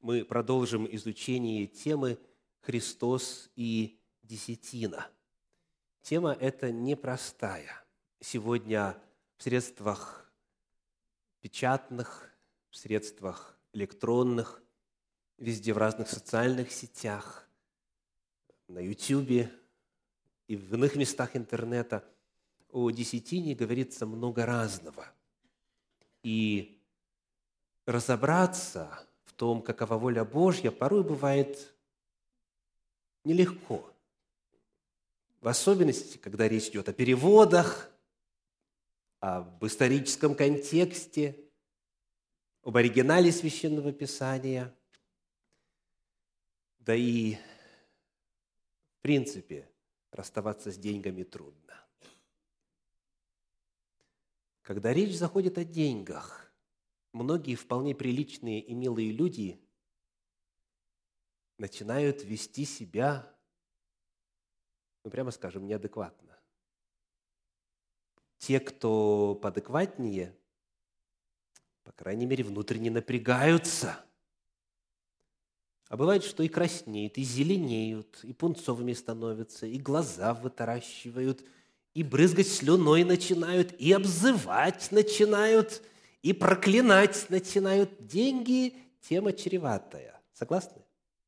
мы продолжим изучение темы «Христос и десятина». Тема эта непростая. Сегодня в средствах печатных, в средствах электронных, везде в разных социальных сетях, на Ютубе и в иных местах интернета о десятине говорится много разного. И разобраться в том, какова воля Божья, порой бывает нелегко. В особенности, когда речь идет о переводах, об историческом контексте, об оригинале Священного Писания. Да и, в принципе, расставаться с деньгами трудно. Когда речь заходит о деньгах, многие вполне приличные и милые люди начинают вести себя, прямо скажем, неадекватно. Те, кто поадекватнее, по крайней мере, внутренне напрягаются. А бывает, что и краснеют, и зеленеют, и пунцовыми становятся, и глаза вытаращивают, и брызгать слюной начинают, и обзывать начинают, и проклинать начинают. Деньги – тема чреватая. Согласны?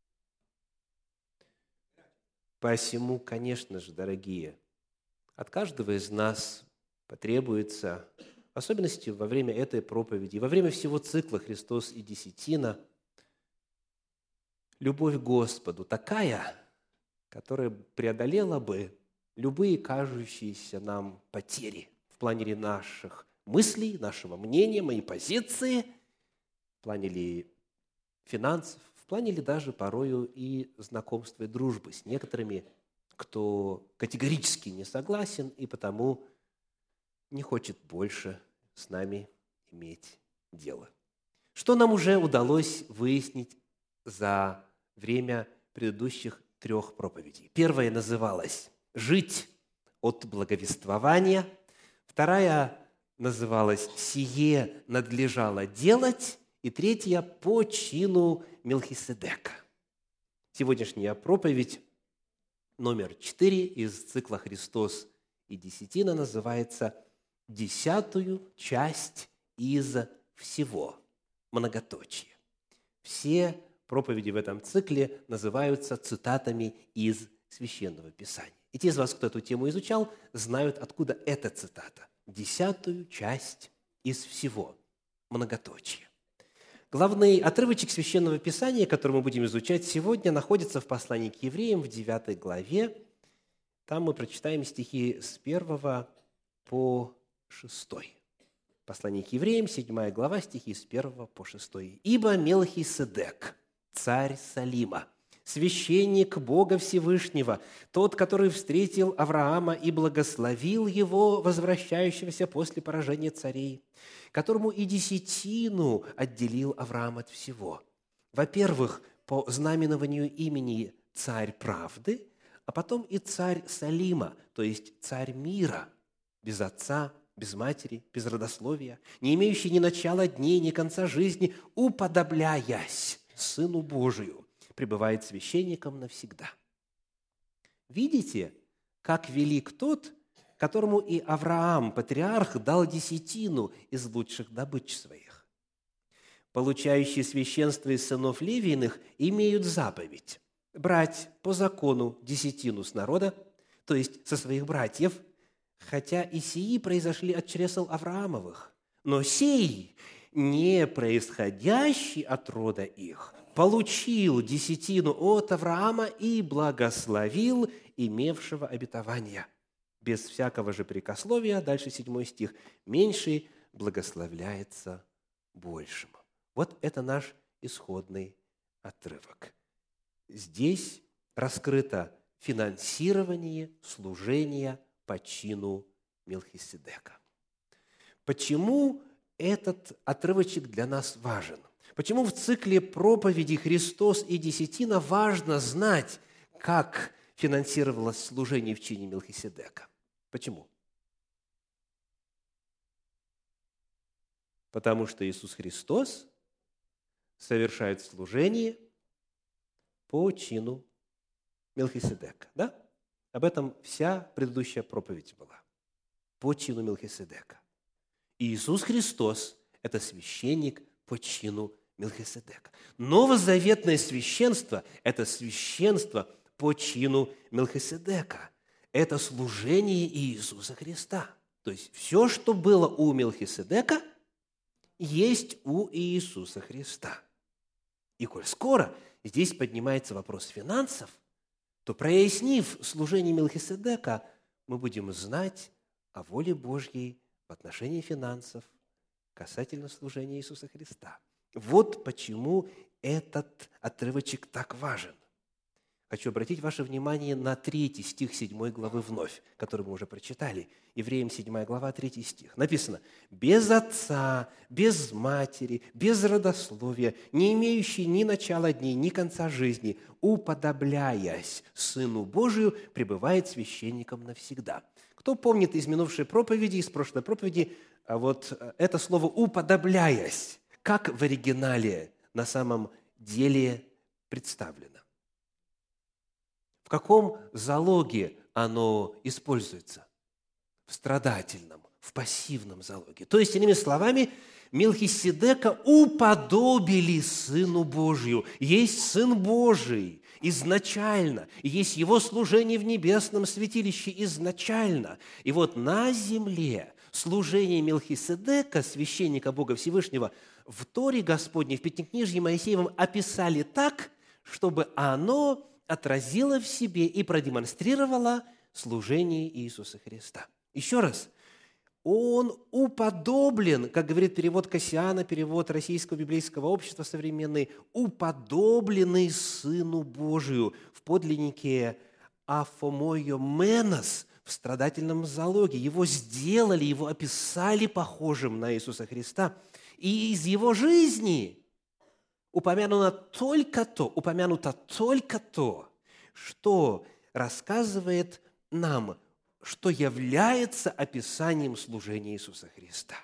Посему, конечно же, дорогие, от каждого из нас потребуется, в особенности во время этой проповеди, во время всего цикла «Христос и десятина», любовь к Господу такая, которая преодолела бы любые кажущиеся нам потери в плане наших мыслей, нашего мнения, моей позиции, в плане ли финансов, в плане ли даже порою и знакомства и дружбы с некоторыми, кто категорически не согласен и потому не хочет больше с нами иметь дело. Что нам уже удалось выяснить за время предыдущих 3 проповедей? Первая называлась «Жить от благовествования», вторая называлась «Сие надлежало делать», и третья «По чину Мелхиседека». Сегодняшняя проповедь номер 4 из цикла «Христос и десятина» называется «Десятую часть из всего». Многоточие. Все проповеди в этом цикле называются цитатами из Священного Писания. И те из вас, кто эту тему изучал, знают, откуда эта цитата. «Десятую часть из всего». Многоточие. Главный отрывочек Священного Писания, который мы будем изучать сегодня, находится в послании к евреям в 9 главе. Там мы прочитаем стихи с 1 по 6. Послание к евреям, 7 глава, стихи с 1 по 6. «Ибо Мелхиседек, царь Салима, священник Бога Всевышнего, тот, который встретил Авраама и благословил его, возвращающегося после поражения царей, которому и десятину отделил Авраам от всего. Во-первых, по знаменованию имени царь правды, а потом и царь Салима, то есть царь мира, без отца, без матери, без родословия, не имеющий ни начала дней, ни конца жизни, уподобляясь Сыну Божию, пребывает священником навсегда. Видите, как велик тот, которому и Авраам, патриарх, дал десятину из лучших добыч своих. Получающие священство из сынов Левииных имеют заповедь брать по закону десятину с народа, то есть со своих братьев, хотя и сии произошли от чресел Авраамовых, но сей, не происходящий от рода их, получил десятину от Авраама и благословил имевшего обетования. Без всякого же прикословия, дальше 7 стих, меньший благословляется большему». Вот это наш исходный отрывок. Здесь раскрыто финансирование служения по чину Мелхиседека. Почему этот отрывочек для нас важен? Почему в цикле проповедей «Христос и десятина» важно знать, как финансировалось служение в чине Мелхиседека? Почему? Потому что Иисус Христос совершают служение по чину Мелхиседека. Да? Об этом вся предыдущая проповедь была. По чину Мелхиседека. И Иисус Христос – это священник по чину Мелхиседека. Новозаветное священство – это священство по чину Мелхиседека. Это служение Иисуса Христа. То есть все, что было у Мелхиседека, есть у Иисуса Христа. И коль скоро здесь поднимается вопрос финансов, то, прояснив служение Мелхиседека, мы будем знать о воле Божьей в отношении финансов касательно служения Иисуса Христа. Вот почему этот отрывочек так важен. Хочу обратить ваше внимание на 3 стих 7 главы вновь, который мы уже прочитали. Евреям 7 глава, 3 стих. Написано: «Без отца, без матери, без родословия, не имеющий ни начала дней, ни конца жизни, уподобляясь Сыну Божию, пребывает священником навсегда». Кто помнит из минувшей проповеди, из прошлой проповеди, вот это слово «уподобляясь», как в оригинале на самом деле представлено? В каком залоге оно используется? В страдательном, в пассивном залоге. То есть, иными словами, Мелхиседека уподобили Сыну Божию. Есть Сын Божий изначально, и есть Его служение в небесном святилище изначально. И вот на земле служение Мелхиседека, священника Бога Всевышнего, в Торе Господней, в Пятикнижье Моисеевом описали так, чтобы оно отразила в себе и продемонстрировала служение Иисуса Христа. Еще раз, он уподоблен, как говорит перевод Кассиана, перевод Российского библейского общества современный, уподобленный Сыну Божию в подлиннике «афомойоменос», в страдательном залоге. Его сделали, его описали похожим на Иисуса Христа. И из его жизни упомянуто только то, что рассказывает нам, что является описанием служения Иисуса Христа.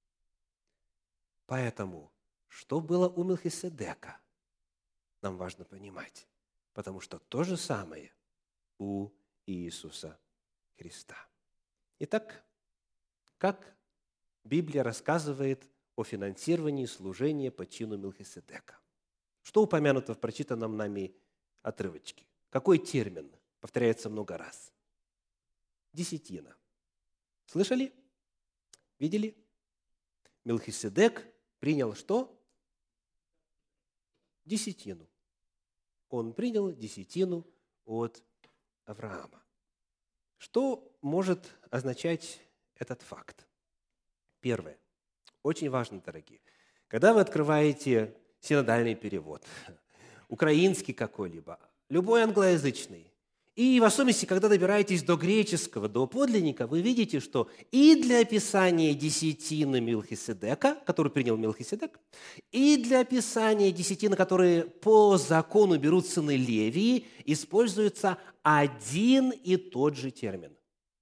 Поэтому, что было у Мелхиседека, нам важно понимать, потому что то же самое у Иисуса Христа. Итак, как Библия рассказывает о финансировании служения по чину Мелхиседека? Что упомянуто в прочитанном нами отрывочке? Какой термин повторяется много раз? Десятина. Слышали? Видели? Мелхиседек принял что? Десятину. Он принял десятину от Авраама. Что может означать этот факт? Первое. Очень важно, дорогие. Когда вы открываете синодальный перевод, украинский какой-либо, любой англоязычный, и в особенности, когда добираетесь до греческого, до подлинника, вы видите, что и для описания десятины Мелхиседека, который принял Мелхиседек, и для описания десятины, которые по закону берут сыны Левии, используется один и тот же термин.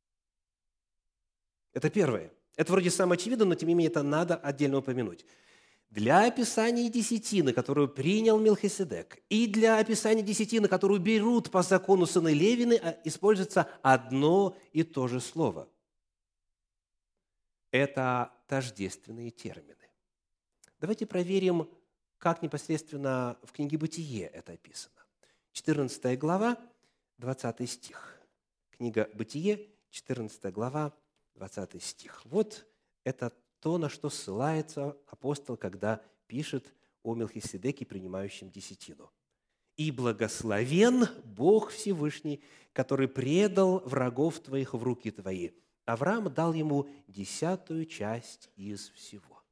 Это первое. Это вроде самое очевидное, но тем не менее это надо отдельно упомянуть. Для описания десятины, которую принял Мелхиседек, и для описания десятины, которую берут по закону сыны Левины, используется одно и то же слово. Это тождественные термины. Давайте проверим, как непосредственно в книге «Бытие» это описано. 14 глава, 20 стих. Книга «Бытие», 14 глава, 20 стих. Вот это то, на что ссылается апостол, когда пишет о Мелхиседеке, принимающем десятину. «И благословен Бог Всевышний, который предал врагов твоих в руки твои. Авраам дал ему 10 часть из всего».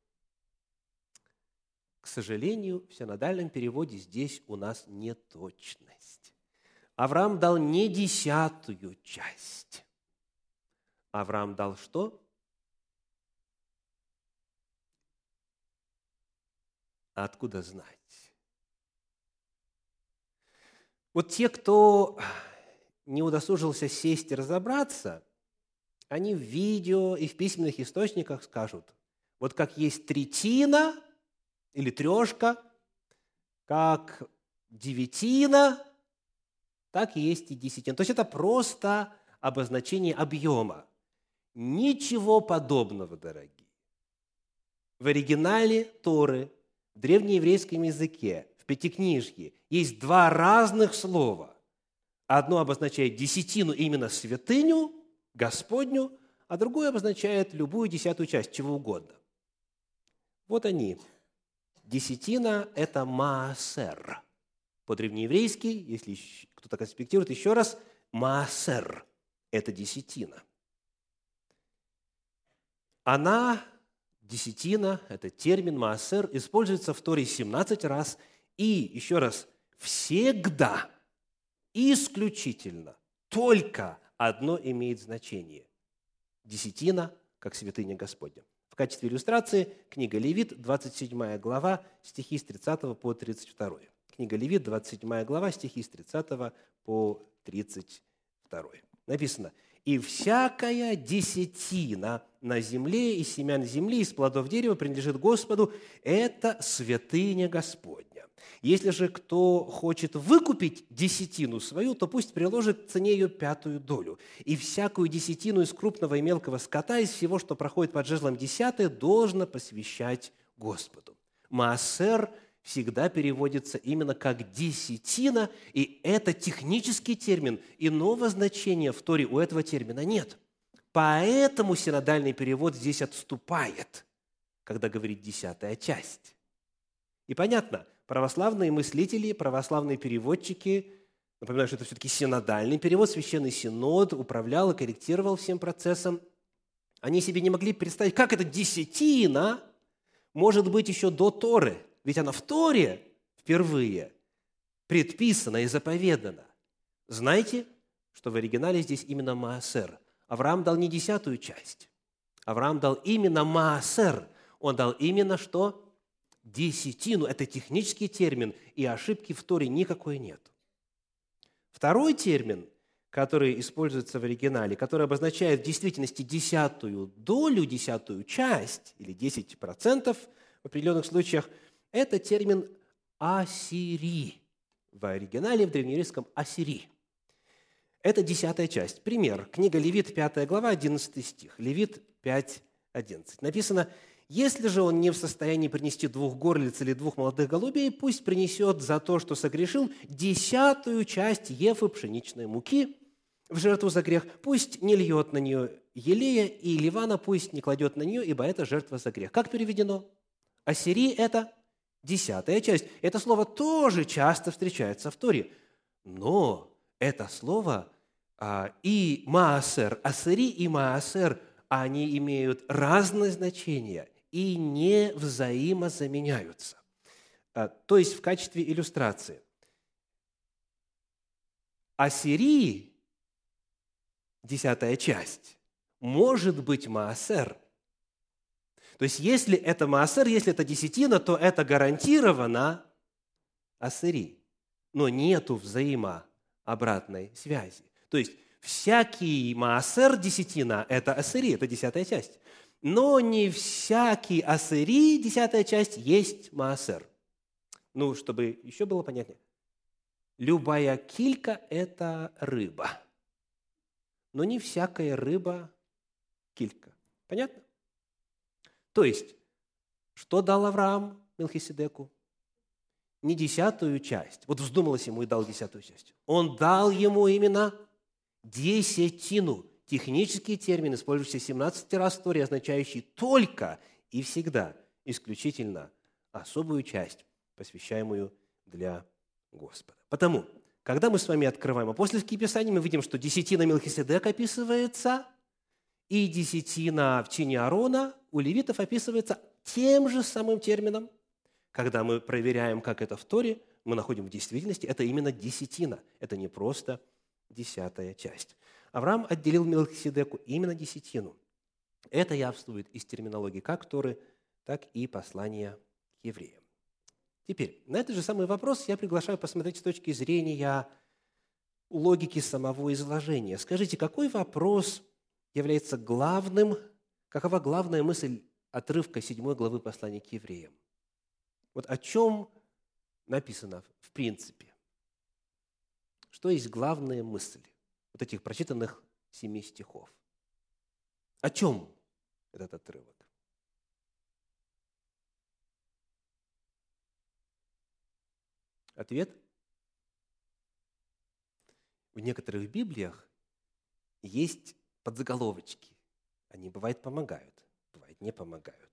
К сожалению, в синодальном переводе здесь у нас неточность. Авраам дал не 10 часть. Авраам дал что? А откуда знать? Вот те, кто не удосужился сесть и разобраться, они в видео и в письменных источниках скажут, вот как есть третина или трешка, как девятина, так и есть и десятина. То есть это просто обозначение объема. Ничего подобного, дорогие. В оригинале Торы, в древнееврейском языке, в Пятикнижье есть два разных слова. Одно обозначает десятину, именно святыню, Господню, а другое обозначает любую десятую часть, чего угодно. Вот они. Десятина – это маасер. По-древнееврейски, если кто-то конспектирует, еще раз, маасер – это десятина. Она, десятина, это термин маасер, используется в Торе 17 раз и, еще раз, всегда, исключительно, только одно имеет значение – десятина, как святыня Господня. В качестве иллюстрации книга Левит, 27 глава, стихи с 30 по 32. Книга Левит, 27 глава, стихи с 30 по 32. Написано: «И всякая десятина на земле, из семян земли, из плодов дерева принадлежит Господу, это святыня Господня. Если же кто хочет выкупить десятину свою, то пусть приложит к цене ее 5 долю. И всякую десятину из крупного и мелкого скота, из всего, что проходит под жезлом 10, должно посвящать Господу». Маасер всегда переводится именно как десятина, и это технический термин. Иного значения в Торе у этого термина нет. Поэтому синодальный перевод здесь отступает, когда говорит «десятая часть». И понятно, православные мыслители, православные переводчики, напоминаю, что это все-таки синодальный перевод, Священный Синод управлял и корректировал всем процессом. Они себе не могли представить, как эта десятина может быть еще до Торы. Ведь она в Торе впервые предписана и заповедана. Знаете, что в оригинале здесь именно маасер. Авраам дал не 10-ю часть. Авраам дал именно маасер. Он дал именно что? Десятину. Это технический термин, и ошибки в Торе никакой нет. Второй термин, который используется в оригинале, который обозначает в действительности 10-ю долю, 10-ю часть или 10% в определенных случаях, это термин «асири». В оригинале, в древнееврейском «асири». Это 10-я часть. Пример. Книга Левит, 5 глава, 11 стих. Левит 5, 11. Написано: «Если же он не в состоянии принести 2 горлиц или 2 молодых голубей, пусть принесет за то, что согрешил, 10-ю часть ефы пшеничной муки в жертву за грех. Пусть не льет на нее елея, и ливана пусть не кладет на нее, ибо это жертва за грех». Как переведено? Асири – это 10-я часть. Это слово тоже часто встречается в Торе. Но это слово и маасер, асири и маасер, они имеют разное значение и не взаимозаменяются. То есть в качестве иллюстрации. Асири, 10-я часть, может быть маасер. То есть если это маасер, если это десятина, то это гарантированно асири. Но нету взаимообратной связи. То есть всякий маасер десятина – это асири, это 10-я часть. Но не всякий асири, 10-я часть, есть маасер. Ну, чтобы еще было понятнее. Любая килька – это рыба. Но не всякая рыба – килька. Понятно? То есть, что дал Авраам Мелхиседеку? Не 10-ю часть. Вот вздумалось ему и дал 10-ю часть. Он дал ему именно десятину. Технический термин, использующийся 17 раз в Торе, означающий только и всегда, исключительно особую часть, посвящаемую для Господа. Потому, когда мы с вами открываем апостольские писания, мы видим, что десятина Мелхиседека описывается, и десятина в чине Аарона у левитов описывается тем же самым термином. Когда мы проверяем, как это в Торе, мы находим в действительности, это именно десятина. Это не просто 10-я часть. Авраам отделил Мелхиседеку именно десятину. Это явствует из терминологии как Торы, так и послания к евреям. Теперь, на этот же самый вопрос я приглашаю посмотреть с точки зрения логики самого изложения. Скажите, какой вопрос является главным, какова главная мысль отрывка 7 главы послания к евреям? Вот о чем написано в принципе? Что есть главная мысль вот этих прочитанных 7 стихов? О чем этот отрывок? Ответ? В некоторых Библиях есть подзаголовочки. Они, бывает, помогают, бывает, не помогают.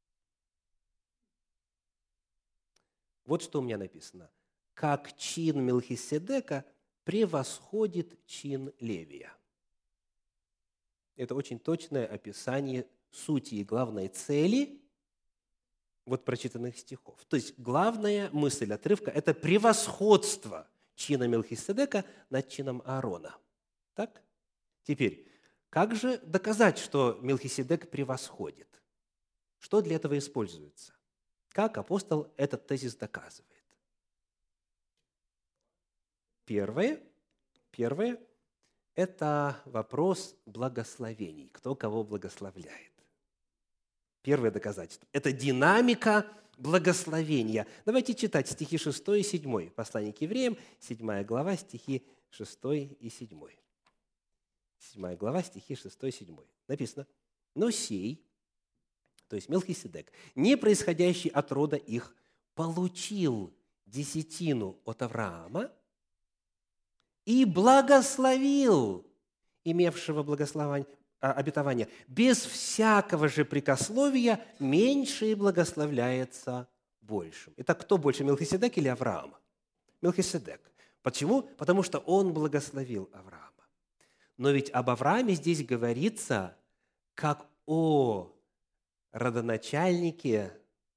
Вот что у меня написано. «Как чин Мелхиседека превосходит чин Левия». Это очень точное описание сути и главной цели вот прочитанных стихов. То есть главная мысль отрывка – это превосходство чина Мелхиседека над чином Аарона. Так? Теперь, как же доказать, что Мелхиседек превосходит? Что для этого используется? Как апостол этот тезис доказывает? Первое – это вопрос благословений. Кто кого благословляет? Первое доказательство – это динамика благословения. Давайте читать стихи 6 и 7. Послание к евреям, 7 глава, стихи 6 и 7. 7 глава, стихи 6 и 7. Написано: «Но сей, то есть Мелхиседек, не происходящий от рода их, получил десятину от Авраама и благословил имевшего обетование. Без всякого же прикословия меньшее благословляется большим». Итак, кто больше, Мелхиседек или Авраам? Мелхиседек. Почему? Потому что он благословил Авраама. Но ведь об Аврааме здесь говорится как о родоначальнике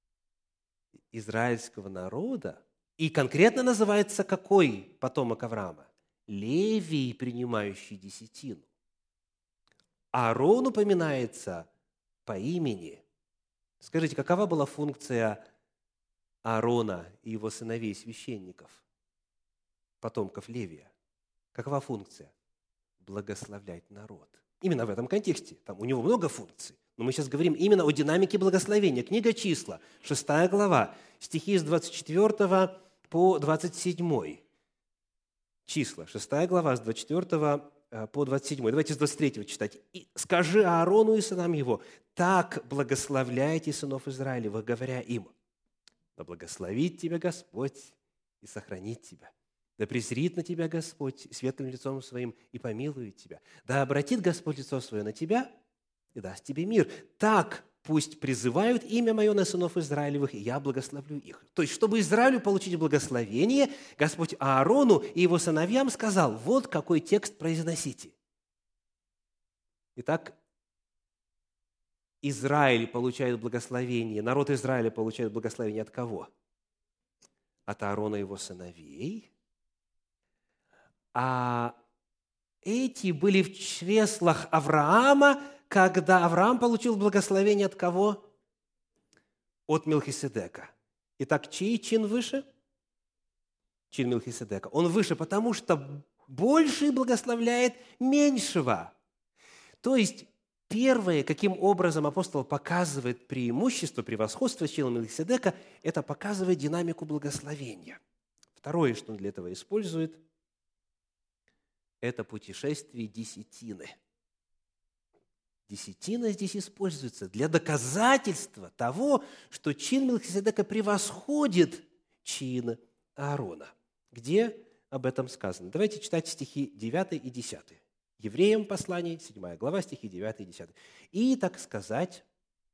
израильского народа. И конкретно называется какой потомок Авраама? Левий, принимающий десятину. Аарон упоминается по имени. Скажите, какова была функция Аарона и его сыновей священников, потомков Левия? Какова функция? Благословлять народ. Именно в этом контексте. Там у него много функций. Но мы сейчас говорим именно о динамике благословения. Книга «Числа», 6 глава, стихи с 24 по 27. Числа, 6 глава, с 24 по 27. Давайте с 23 читать. «И скажи Аарону и сынам его: так благословляйте сынов Израилевых, говоря им: да благословит тебя Господь и сохранит тебя. Да презрит на тебя Господь светлым лицом своим и помилует тебя. Да обратит Господь лицо свое на тебя и даст тебе мир. Так пусть призывают имя мое на сынов Израилевых, и я благословлю их». То есть, чтобы Израилю получить благословение, Господь Аарону и его сыновьям сказал: вот какой текст произносите. Итак, Израиль получает благословение, народ Израиля получает благословение от кого? От Аарона и его сыновей. А эти были в чреслах Авраама, когда Авраам получил благословение от кого? От Мелхиседека. Итак, чей чин выше? Чин Мелхиседека. Он выше, потому что больший благословляет меньшего. То есть, первое, каким образом апостол показывает преимущество, превосходство чина Мелхиседека, это показывает динамику благословения. Второе, что он для этого использует, это путешествие десятины. Десятина здесь используется для доказательства того, что чин Мелхиседека превосходит чин Аарона. Где об этом сказано? Давайте читать стихи 9 и 10. Евреям послание, 7 глава, стихи 9 и 10. «И, так сказать,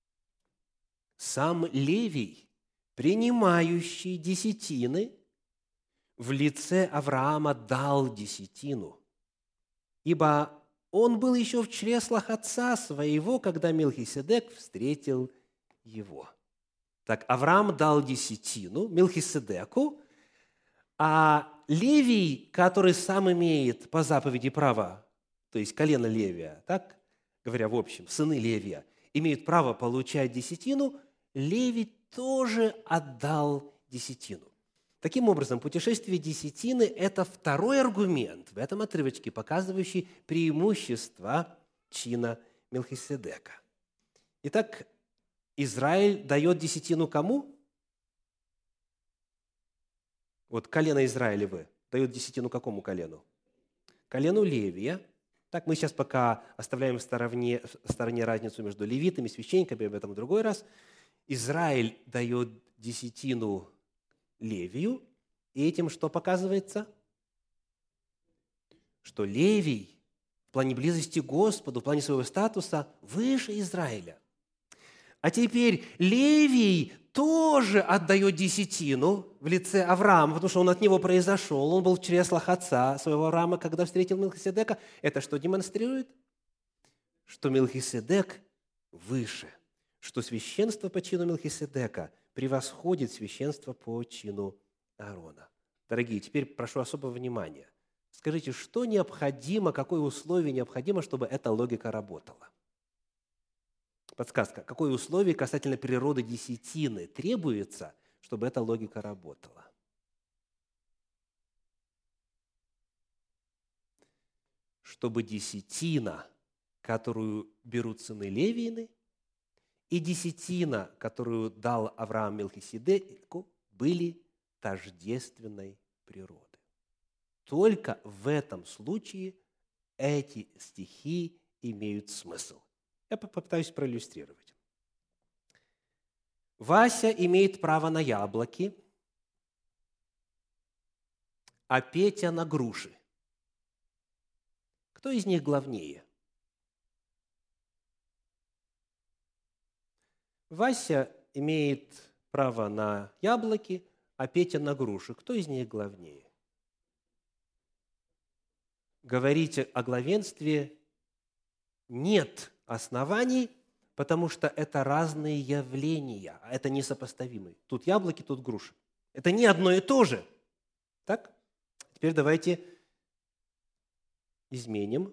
сам Левий, принимающий десятины, в лице Авраама дал десятину, ибо он был еще в чреслах отца своего, когда Мелхиседек встретил его». Так, Авраам дал десятину Мелхиседеку, а Левий, который сам имеет по заповеди право, то есть колено Левия, так говоря в общем, сыны Левия, имеют право получать десятину, Левий тоже отдал десятину. Таким образом, путешествие десятины – это второй аргумент в этом отрывочке, показывающий преимущество чина Мелхиседека. Итак, Израиль дает десятину кому? Вот колено Израилевы дает десятину какому колену? Колену Левия. Так, мы сейчас пока оставляем в стороне разницу между левитами и священниками, об этом в другой раз. Израиль дает десятину Левию, и этим что показывается? Что Левий в плане близости к Господу, в плане своего статуса выше Израиля. А теперь Левий тоже отдает десятину в лице Авраама, потому что он от него произошел, он был в чреслах отца своего Авраама, когда встретил Мелхиседека. Это что демонстрирует? Что Мелхиседек выше, что священство по чину Мелхиседека превосходит священство по чину Аарона. Дорогие, теперь прошу особого внимания. Скажите, что необходимо, какое условие необходимо, чтобы эта логика работала? Подсказка. Какое условие касательно природы десятины требуется, чтобы эта логика работала? Чтобы десятина, которую берут сыны Левиины, и десятина, которую дал Авраам Мелхиседеку, были тождественной природы. Только в этом случае эти стихи имеют смысл. Я попытаюсь проиллюстрировать. Вася имеет право на яблоки, а Петя на груши. Кто из них главнее? Вася имеет право на яблоки, а Петя на груши. Кто из них главнее? Говорить о главенстве нет оснований, потому что это разные явления, это несопоставимые. Тут яблоки, тут груши. Это не одно и то же. Так? Теперь давайте изменим.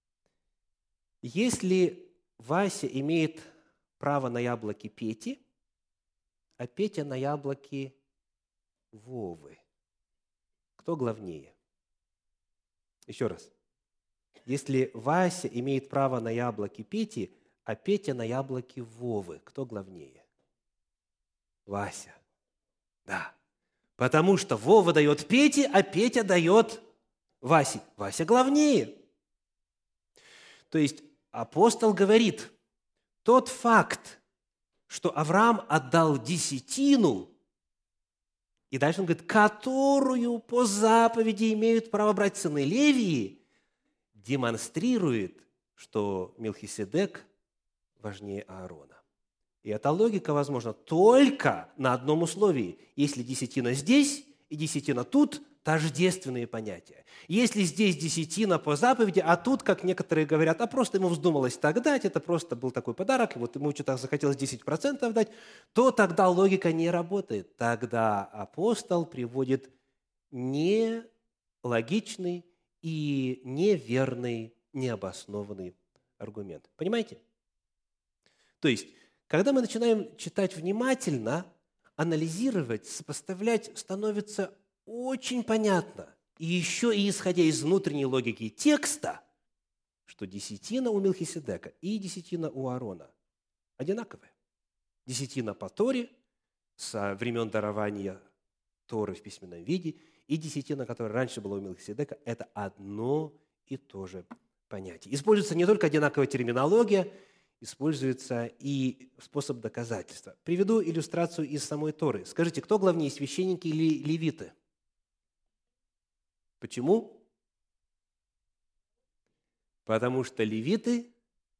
Если Вася имеет право на яблоки Пети, а Петя на яблоки Вовы, кто главнее? Еще раз. Если Вася имеет право на яблоки Пети, а Петя на яблоки Вовы, кто главнее? Вася. Да. Потому что Вова дает Пете, а Петя дает Васе. Вася главнее. То есть апостол говорит, тот факт, что Авраам отдал десятину, и дальше он говорит, которую по заповеди имеют право брать сыны Левии, демонстрирует, что Мелхиседек важнее Аарона. И эта логика возможна только на одном условии. Если десятина здесь и десятина тут, тождественные понятия. Если здесь десятина по заповеди, а тут, как некоторые говорят, а просто ему вздумалось так дать, это просто был такой подарок, и вот ему что-то захотелось 10% дать, то тогда логика не работает. Тогда апостол приводит нелогичный и неверный, необоснованный аргумент. Понимаете? То есть, когда мы начинаем читать внимательно, анализировать, сопоставлять, становится очень понятно, и еще и исходя из внутренней логики текста, что десятина у Мелхиседека и десятина у Аарона одинаковые. Десятина по Торе со времен дарования Торы в письменном виде и десятина, которая раньше была у Мелхиседека, это одно и то же понятие. Используется не только одинаковая терминология, используется и способ доказательства. Приведу иллюстрацию из самой Торы. Скажите, кто главнее, священники или левиты? Почему? Потому что левиты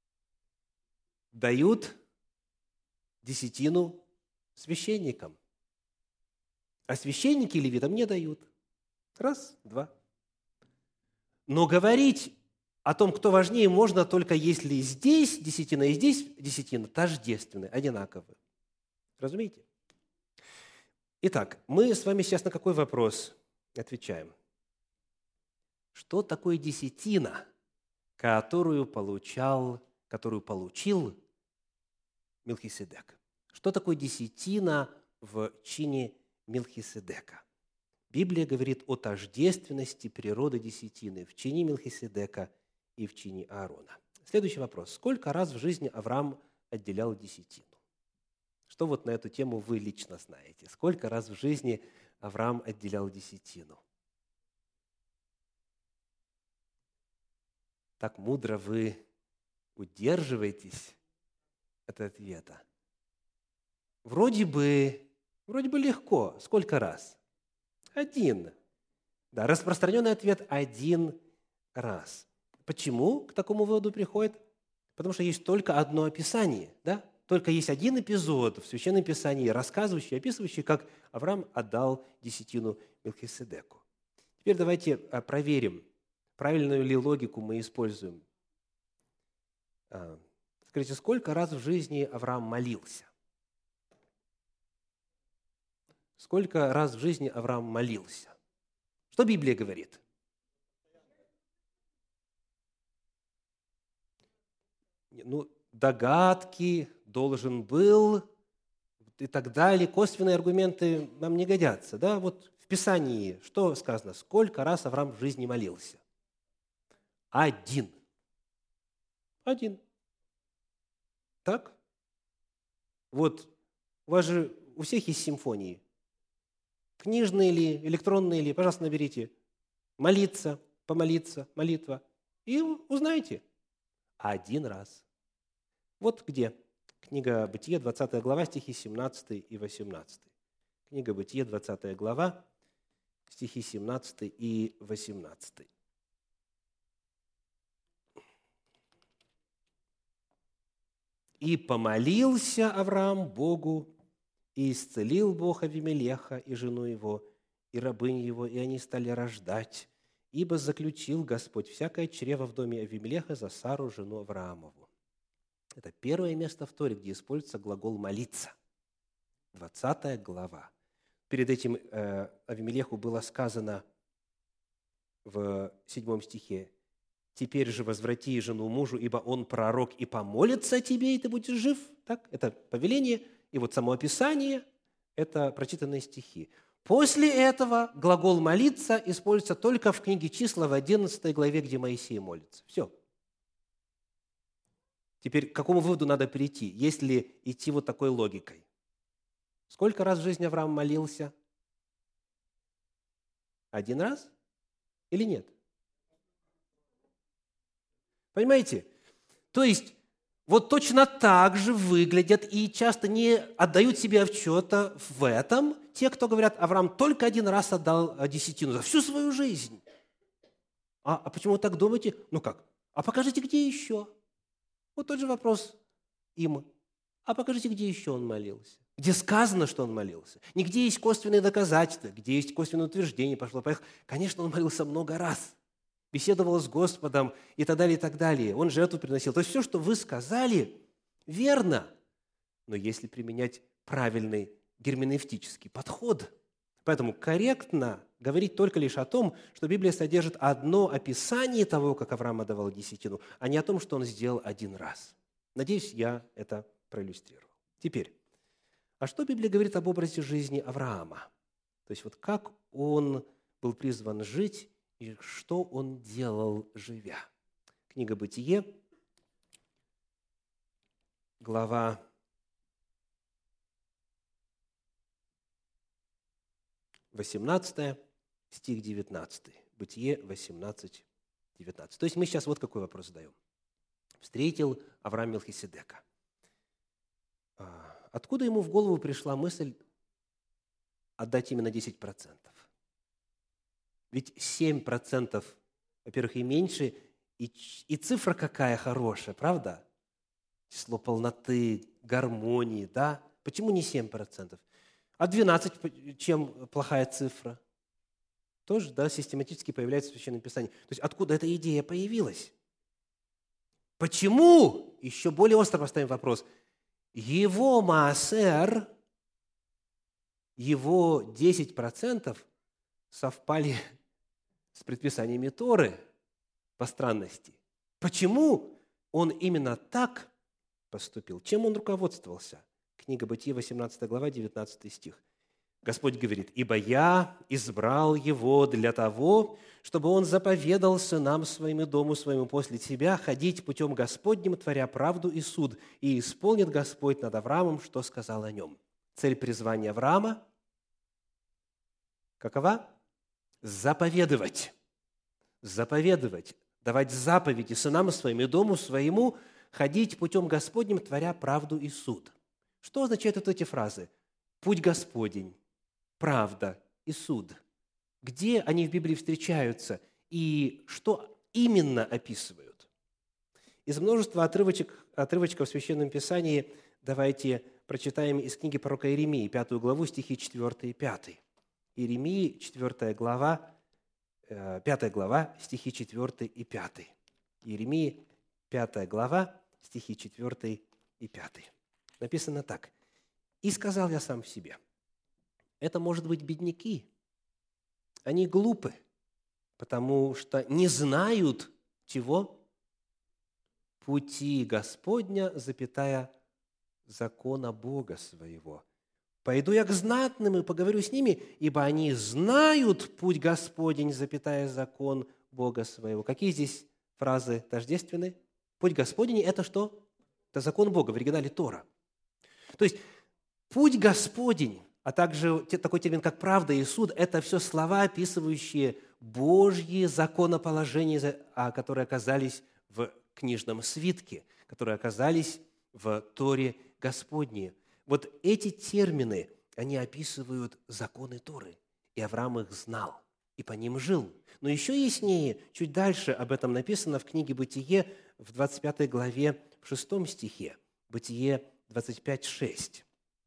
дают десятину священникам, а священники левитам не дают. Раз, два. Но говорить о том, кто важнее, можно только если здесь десятина и здесь десятина тождественны, одинаковы. Разумеете? Итак, мы с вами сейчас на какой вопрос отвечаем? Что такое десятина, которую получил Мелхиседек? Что такое десятина в чине Мелхиседека? Библия говорит о тождественности природы десятины в чине Мелхиседека и в чине Аарона. Следующий вопрос. Сколько раз в жизни Авраам отделял десятину? Что вот на эту тему вы лично знаете? Сколько раз в жизни Авраам отделял десятину? Так мудро вы удерживаетесь от ответа. Вроде бы легко. Сколько раз? 1. Да, распространенный ответ – 1 раз. Почему к такому выводу приходит? Потому что есть только одно описание, да? Только есть один эпизод в Священном Писании, рассказывающий, описывающий, как Авраам отдал десятину Мелхиседеку. Теперь давайте проверим, правильную ли логику мы используем. Скажите, сколько раз в жизни Авраам молился? Сколько раз в жизни Авраам молился? Что Библия говорит? Догадки, должен был и так далее, косвенные аргументы нам не годятся. Да? Вот в Писании что сказано? Сколько раз Авраам в жизни молился? 1. Так? Вот у вас же у всех есть симфонии. Книжные ли, электронные ли, пожалуйста, наберите. Молиться, помолиться, молитва. И узнаете. 1 раз. Вот где. Книга Бытие, 20 глава, стихи 17 и 18. Книга Бытие, 20 глава, стихи 17 и 18. «И помолился Авраам Богу, и исцелил Бог Авимелеха и жену его, и рабынь его, и они стали рождать, ибо заключил Господь всякое чрево в доме Авимелеха за Сару, жену Авраамову». Это первое место в Торе, где используется глагол «молиться». 20 глава. Перед этим Авимелеху было сказано в 7 стихе: «Теперь же возврати жену мужу, ибо он пророк, и помолится о тебе, и ты будешь жив». Так? Это повеление, и вот само описание – это прочитанные стихи. После этого глагол «молиться» используется только в книге «Числа» в 11 главе, где Моисей молится. Все. Теперь к какому выводу надо прийти, если идти вот такой логикой? Сколько раз в жизни Авраам молился? 1 раз или нет? Понимаете? То есть вот точно так же выглядят и часто не отдают себе отчета в этом те, кто говорят: Авраам только 1 раз отдал десятину за всю свою жизнь. А почему вы так думаете? Ну как? А покажите, где еще? Вот тот же вопрос им. А покажите, где еще он молился? Где сказано, что он молился? Не где есть косвенные доказательства, где есть косвенное утверждение, пошло-поехало. Конечно, он молился много раз. Беседовал с Господом и так далее, и так далее. Он жертву приносил. То есть все, что вы сказали, верно. Но если применять правильный герменевтический подход, поэтому корректно говорить только лишь о том, что Библия содержит одно описание того, как Авраам отдавал десятину, а не о том, что он сделал 1 раз. Надеюсь, я это проиллюстрировал. Теперь, а что Библия говорит об образе жизни Авраама? То есть вот как он был призван жить и что он делал, живя? Книга Бытие, глава 18, стих 19. Бытие 18, 19. То есть мы сейчас вот какой вопрос задаем. Встретил Авраам Мелхиседека. Откуда ему в голову пришла мысль отдать именно 10%? Ведь 7%, во-первых, и меньше, и цифра какая хорошая, правда? Число полноты, гармонии, да? Почему не 7%? А 12 чем плохая цифра? Тоже, да, систематически появляется в Священном Писании. То есть откуда эта идея появилась? Почему? Еще более остро поставим вопрос. Его маасер, его 10% совпали с предписаниями Торы по странности. Почему он именно так поступил? Чем он руководствовался? Книга Бытие, 18 глава, 19 стих. Господь говорит: «Ибо я избрал его для того, чтобы он заповедал сынам своим и дому своему после тебя ходить путем Господним, творя правду и суд, и исполнит Господь над Авраамом, что сказал о нем». Цель призвания Авраама Какова? Заповедовать. Заповедовать, давать заповеди сынам своим и дому своему, ходить путем Господним, творя правду и суд. Что означают вот эти фразы? Путь Господень, правда и суд. Где они в Библии встречаются и что именно описывают? Из множества отрывочков в Священном Писании давайте прочитаем из книги пророка Иеремии, 5 главу, стихи 4 и 5. Иеремии, 5 глава, стихи 4 и 5. Иеремии, 5 глава, стихи 4 и 5. Написано так. «И сказал я сам в себе, это, может быть, бедняки, они глупы, потому что не знают чего? Пути Господня, закона Бога своего. Пойду я к знатным и поговорю с ними, ибо они знают путь Господень, закон Бога своего». Какие здесь фразы тождественны? Путь Господень – это что? Это закон Бога, в оригинале Тора. То есть путь Господень, а также такой термин, как правда и суд – это все слова, описывающие Божьи законоположения, которые оказались в книжном свитке, которые оказались в Торе Господней. Вот эти термины, они описывают законы Торы, и Авраам их знал, и по ним жил. Но еще яснее, чуть дальше об этом написано в книге «Бытие» в 25 главе, в 6 стихе. Бытие 25:6.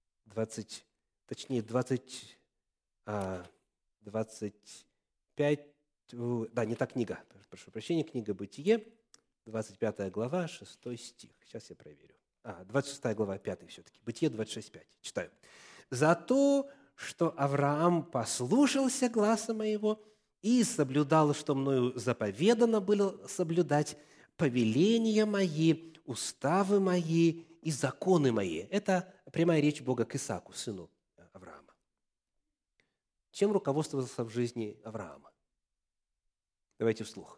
25, не та книга, прошу прощения, книга «Бытие», 25 глава, 6 стих. Сейчас я проверю. 26 глава, 5 все-таки. Бытие 26:5. Читаю. «За то, что Авраам послушался гласа моего и соблюдал, что мною заповедано было соблюдать, повеления мои, уставы мои и законы мои». Это прямая речь Бога к Исааку, сыну Авраама. Чем руководствовался в жизни Авраама? Давайте вслух.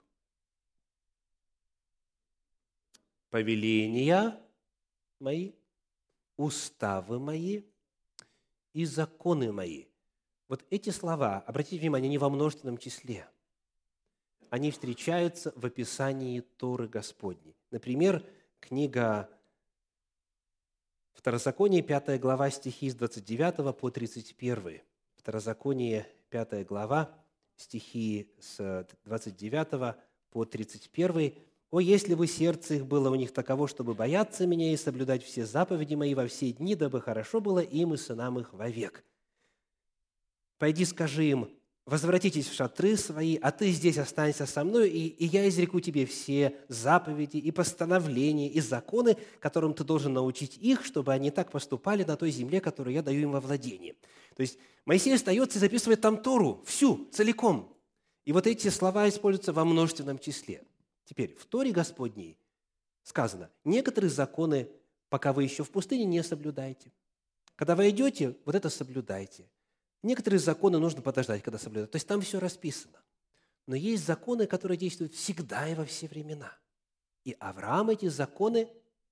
Повеления мои, уставы мои и законы мои. Вот эти слова, обратите внимание, они во множественном числе. Они встречаются в описании Торы Господней. Например, книга Второзаконие, 5 глава, стихи с 29 по 31. Второзаконие, 5 глава, стихи с 29 по 31. «О, если бы сердце их было у них таково, чтобы бояться меня и соблюдать все заповеди мои во все дни, дабы хорошо было им и сынам их вовек. Пойди, скажи им, возвратитесь в шатры свои, а ты здесь останься со мной, и я изреку тебе все заповеди и постановления и законы, которым ты должен научить их, чтобы они так поступали на той земле, которую я даю им во владение». То есть Моисей остается и записывает там Тору, всю, целиком. И вот эти слова используются во множественном числе. Теперь, в Торе Господней сказано, некоторые законы, пока вы еще в пустыне, не соблюдайте. Когда вы идете, вот это соблюдайте. Некоторые законы нужно подождать, когда соблюдать. То есть там все расписано. Но есть законы, которые действуют всегда и во все времена. И Авраам эти законы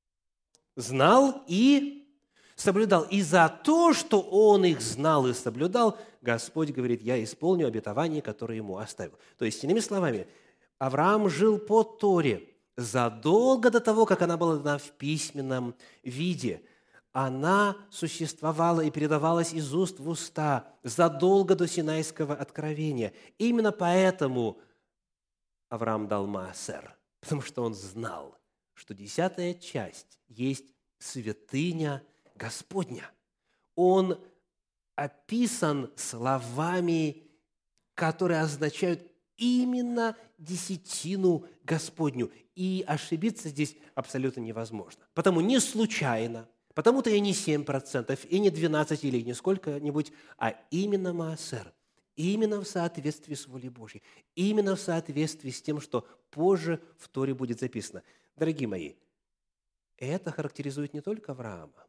знал и соблюдал. И за то, что он их знал и соблюдал, Господь говорит, я исполню обетование, которое ему оставил. То есть, иными словами, Авраам жил по Торе задолго до того, как она была дана в письменном виде. Она существовала и передавалась из уст в уста задолго до Синайского откровения. Именно поэтому Авраам дал Маасер, потому что он знал, что 10-я часть есть святыня Господня. Он описан словами, которые означают именно десятину Господню. И ошибиться здесь абсолютно невозможно. Потому не случайно, потому-то и не 7%, и не 12% или не сколько-нибудь, а именно Маасер, именно в соответствии с волей Божьей, именно в соответствии с тем, что позже в Торе будет записано. Дорогие мои, это характеризует не только Авраама.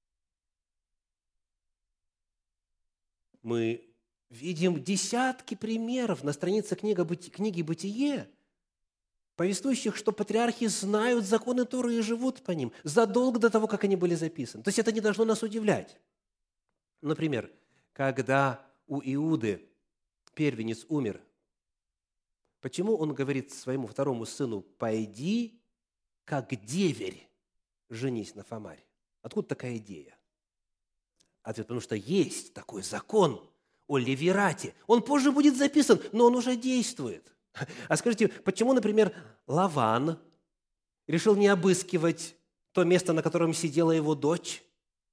Мы видим десятки примеров на странице книги «Бытие», повествующих, что патриархи знают законы Торы и живут по ним задолго до того, как они были записаны. То есть это не должно нас удивлять. Например, когда у Иуды первенец умер, почему он говорит своему второму сыну: «Пойди, как деверь, женись на Фамаре»? Откуда такая идея? Ответ: потому что есть такой закон о левирате. Он позже будет записан, но он уже действует. А скажите, почему, например, Лаван решил не обыскивать то место, на котором сидела его дочь?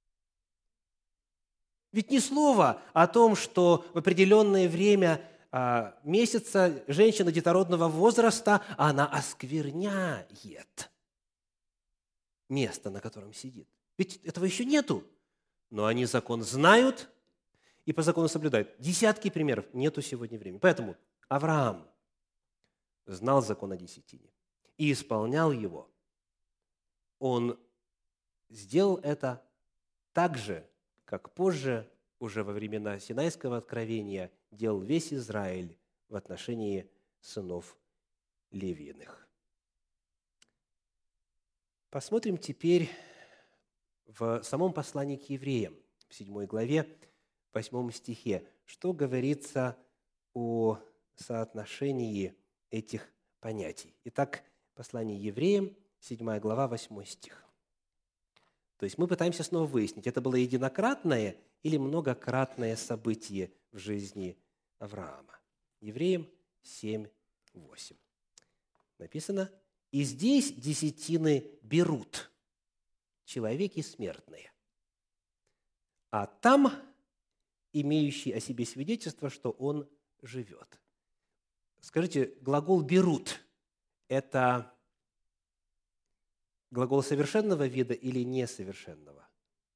Ведь ни слова о том, что в определенное время месяца женщина детородного возраста, она оскверняет место, на котором сидит. Ведь этого еще нету. Но они закон знают и по закону соблюдают. Десятки примеров, нету сегодня времени. Поэтому Авраам знал закон о десятине и исполнял его. Он сделал это так же, как позже, уже во времена Синайского откровения, делал весь Израиль в отношении сынов Левиных. Посмотрим теперь в самом послании к евреям, в 7 главе, 8 стихе, что говорится о соотношении этих понятий. Итак, послание евреям, 7 глава, 8 стих. То есть мы пытаемся снова выяснить, это было единократное или многократное событие в жизни Авраама. Евреям 7, 8. Написано: «И здесь десятины берут человеки смертные, а там имеющий о себе свидетельство, что он живет». Скажите, глагол «берут» – это глагол совершенного вида или несовершенного?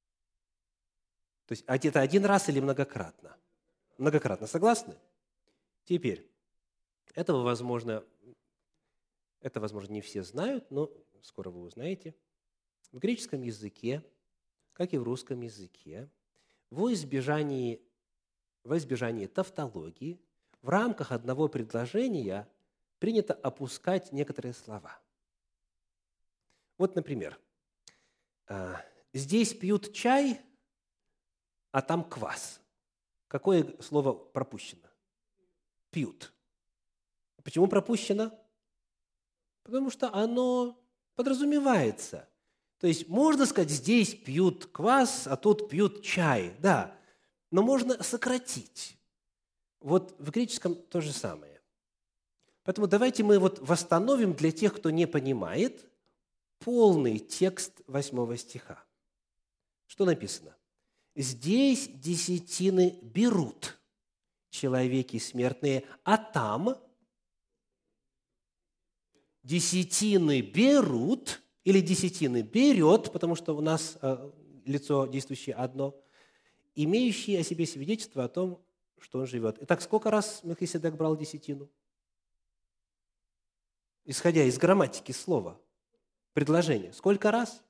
То есть это один раз или многократно? Многократно. Согласны? Теперь, это, возможно, не все знают, но скоро вы узнаете. В греческом языке, как и в русском языке, во избежании тавтологии в рамках одного предложения принято опускать некоторые слова. Вот, например, здесь пьют чай, а там квас. Какое слово пропущено? Пьют. Почему пропущено? Потому что оно подразумевается. То есть можно сказать, здесь пьют квас, а тут пьют чай. Да, но можно сократить. Вот в греческом то же самое. Поэтому давайте мы восстановим для тех, кто не понимает, полный текст 8 стиха. Что написано? «Здесь десятины берут человеки смертные, а там десятины берут, или десятины берет, потому что у нас лицо действующее одно, имеющие о себе свидетельство о том, что он живет». Итак, сколько раз Мелхиседек брал десятину? Исходя из грамматики слова, предложения. Сколько раз?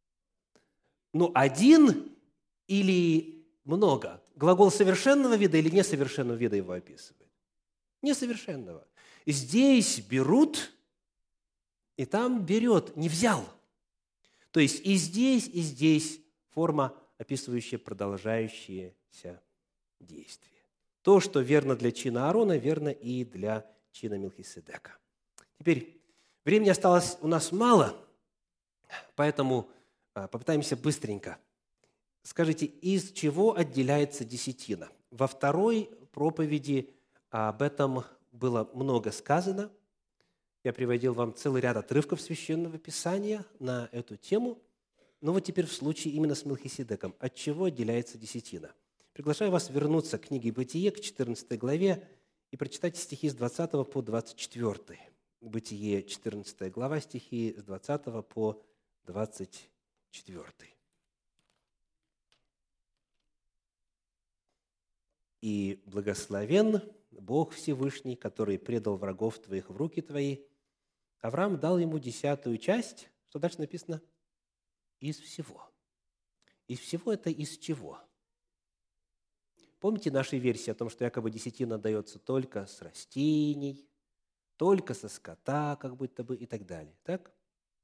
Один или много? Глагол совершенного вида или несовершенного вида его описывает? Несовершенного. Здесь берут, и там берет, не взял. То есть и здесь форма, описывающая продолжающееся действие. То, что верно для чина Аарона, верно и для чина Мелхиседека. Теперь времени осталось у нас мало, поэтому попытаемся быстренько. Скажите, из чего отделяется десятина? Во второй проповеди об этом было много сказано. Я приводил вам целый ряд отрывков Священного Писания на эту тему. Но вот теперь в случае именно с Мелхиседеком. От чего отделяется десятина? Приглашаю вас вернуться к книге «Бытие», к 14 главе, и прочитать стихи с 20 по 24. Бытие, 14 глава, стихи с 20 по 24. «И благословен Бог Всевышний, который предал врагов твоих в руки твои. Авраам дал ему 10-ю часть». Что дальше написано? «Из всего». Из всего – это из чего? Помните наши версии о том, что якобы десятина дается только с растений, только со скота, как будто бы, и так далее. Так?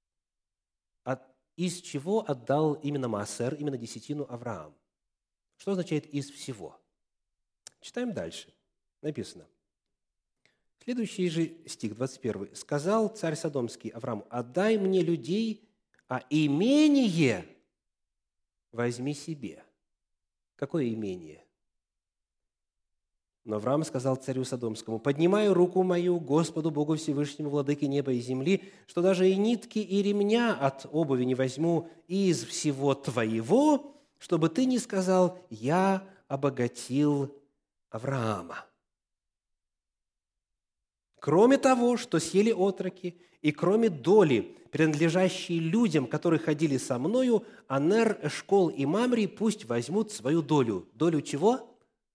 Из чего отдал именно маасер, именно десятину Авраам? Что означает «из всего»? Читаем дальше. написано. Следующий же стих, 21. «Сказал царь Содомский Аврааму: отдай мне людей, а имение возьми себе». Какое имение? Но Авраам сказал царю Содомскому: поднимаю руку мою Господу Богу Всевышнему, владыке неба и земли, что даже и нитки, и ремня от обуви не возьму из всего твоего, чтобы ты не сказал: я обогатил Авраама. Кроме того, что съели отроки, и кроме доли, принадлежащей людям, которые ходили со мною, Анер, Эшкол и Мамри пусть возьмут свою долю. Долю чего?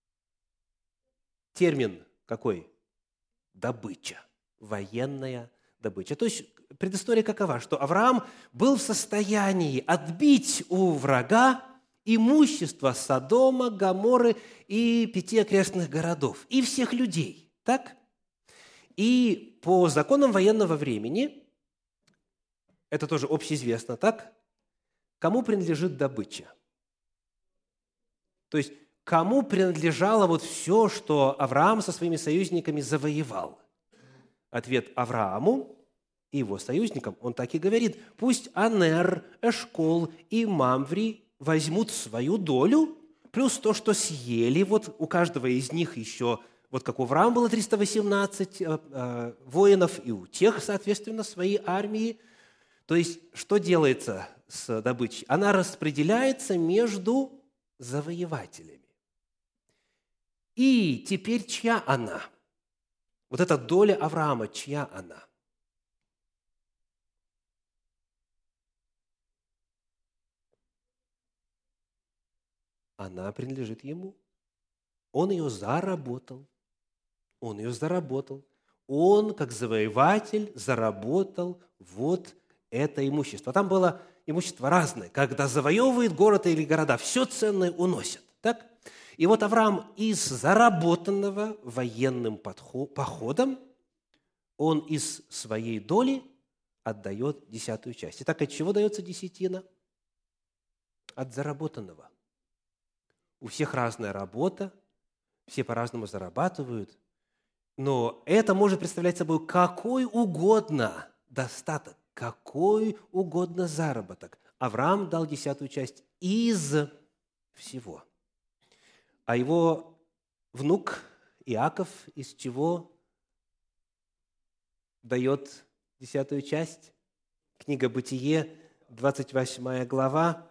Термин какой? Добыча. Военная добыча. То есть предыстория какова? Что Авраам был в состоянии отбить у врага имущество Содома, Гоморры и 5 окрестных городов, и всех людей. Так? И по законам военного времени, это тоже общеизвестно, так? Кому принадлежит добыча? То есть, кому принадлежало вот все, что Авраам со своими союзниками завоевал? Ответ: Аврааму и его союзникам. Он так и говорит: пусть Анер, Эшкол и Мамври возьмут свою долю, плюс то, что съели, вот у каждого из них еще, вот как у Авраама было 318 воинов, и у тех, соответственно, свои армии. То есть, что делается с добычей? Она распределяется между завоевателями. И теперь чья она? Вот эта доля Авраама, чья она? Она принадлежит ему. Он ее заработал. Он ее заработал. Он, как завоеватель, заработал вот это имущество. Там было имущество разное. Когда завоевывает город или города, все ценное уносят. Так? И вот Авраам из заработанного военным походом, он из своей доли отдает 10-ю часть. Итак, от чего дается десятина? От заработанного. У всех разная работа, все по-разному зарабатывают, но это может представлять собой какой угодно достаток, какой угодно заработок. Авраам дал 10-ю часть из всего. А его внук Иаков из чего дает 10-ю часть? Книга Бытие, 28 глава,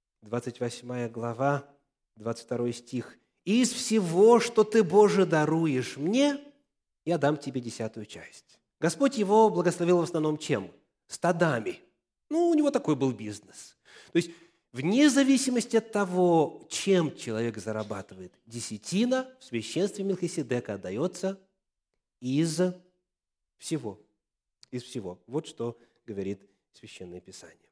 22 стих. «Из всего, что ты, Боже, даруешь мне, я дам тебе 10-ю часть». Господь его благословил в основном чем? Стадами. У него такой был бизнес. То есть, вне зависимости от того, чем человек зарабатывает, десятина в священстве Мелхиседека отдается из всего. Из всего. Вот что говорит Священное Писание.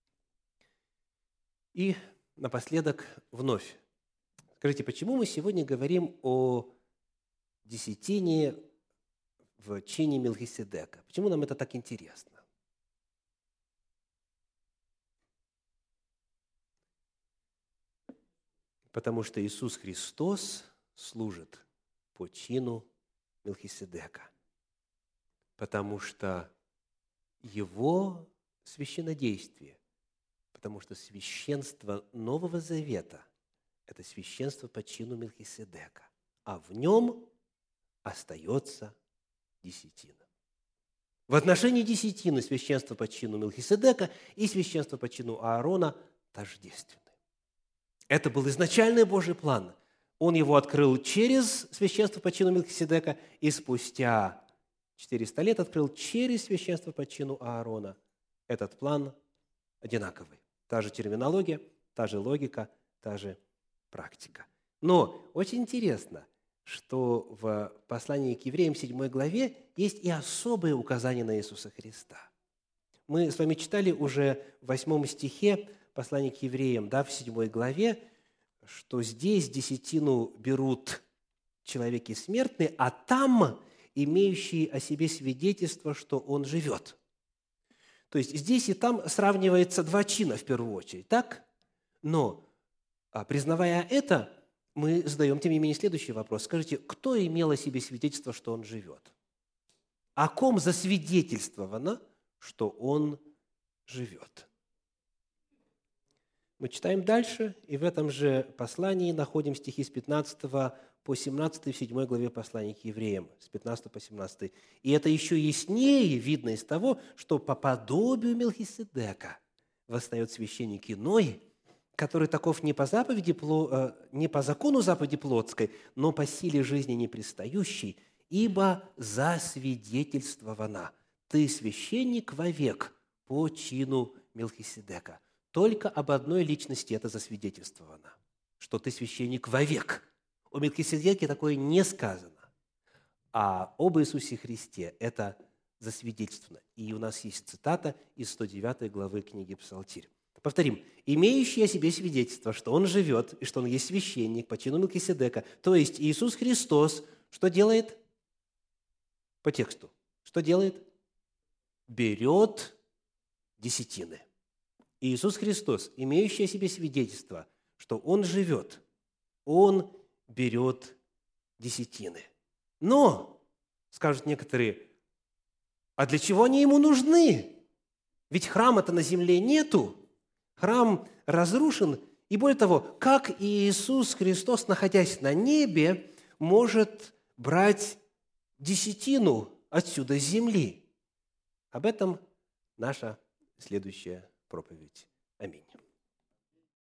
И напоследок вновь. Скажите, почему мы сегодня говорим о десятине в чине Мелхиседека? Почему нам это так интересно? Потому что Иисус Христос служит по чину Мелхиседека. Потому что Его священнодействие, потому что священство Нового Завета – это священство по чину Мелхиседека, а в нем остается десятина. В отношении десятины священство по чину Мелхиседека и священство по чину Аарона тождественны. Это был изначальный Божий план. Он его открыл через священство по чину Мелхиседека и спустя 400 лет открыл через священство по чину Аарона. Этот план одинаковый. Та же терминология, та же логика, та же практика. Но очень интересно, что в послании к евреям 7 главе есть и особые указания на Иисуса Христа. Мы с вами читали уже в 8 стихе послания к евреям, в 7 главе, что здесь десятину берут человеки смертные, а там имеющие о себе свидетельство, что он живет. То есть здесь и там сравнивается два чина в первую очередь, так? Но, признавая это, мы задаем, тем не менее, следующий вопрос. Скажите, кто имел о себе свидетельство, что он живет? О ком засвидетельствовано, что он живет? Мы читаем дальше, и в этом же послании находим стихи с 15 по 17 в 7 главе послания к евреям, с 15 по 17. И это еще яснее видно из того, что по подобию Мелхиседека восстает священник иной, который таков не по закону заповеди плотской, но по силе жизни непристающей, ибо засвидетельствовано: ты священник вовек по чину Мелхиседека. Только об одной личности это засвидетельствовано, что ты священник вовек. О Мелхиседеке такое не сказано, а об Иисусе Христе это засвидетельствовано. И у нас есть цитата из 109 главы книги Псалтирь. Повторим: «Имеющий о себе свидетельство, что Он живет и что Он есть священник по чину Мелхиседека, то есть Иисус Христос, что делает?» По тексту. Что делает? Берет десятины. Иисус Христос, имеющий о себе свидетельство, что Он живет, Он берет десятины. Но, скажут некоторые, а для чего они Ему нужны? Ведь храма-то на земле нету. Храм разрушен. И более того, как Иисус Христос, находясь на небе, может брать десятину отсюда с земли? Об этом наша следующая проповедь. Аминь.